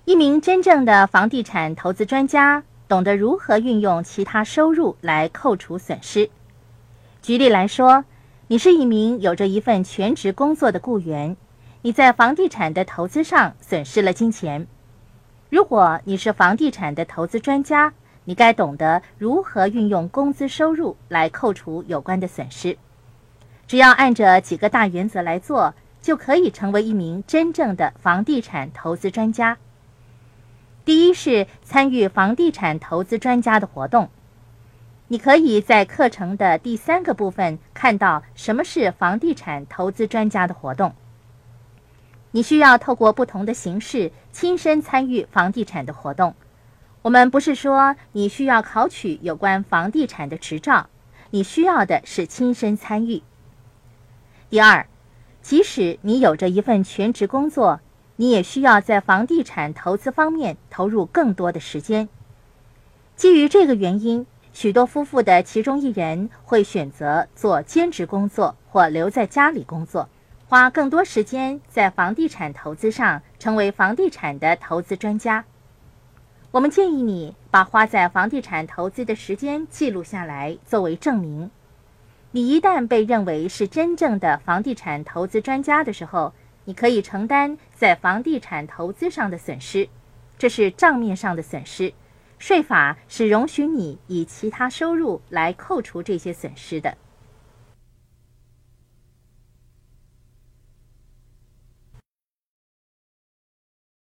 一名真正的房地产投资专家懂得如何运用其他收入来扣除损失。举例来说，你是一名有着一份全职工作的雇员，你在房地产的投资上损失了金钱。如果你是房地产的投资专家，你该懂得如何运用工资收入来扣除有关的损失。只要按着几个大原则来做，就可以成为一名真正的房地产投资专家。第一是参与房地产投资专家的活动。你可以在课程的第3个部分看到什么是房地产投资专家的活动。你需要透过不同的形式亲身参与房地产的活动。我们不是说你需要考取有关房地产的执照，你需要的是亲身参与。第二，即使你有着一份全职工作，你也需要在房地产投资方面投入更多的时间。基于这个原因，许多夫妇的其中一人会选择做兼职工作或留在家里工作，花更多时间在房地产投资上，成为房地产的投资专家。我们建议你把花在房地产投资的时间记录下来，作为证明。你一旦被认为是真正的房地产投资专家的时候，你可以承担在房地产投资上的损失，这是账面上的损失。税法是容许你以其他收入来扣除这些损失的。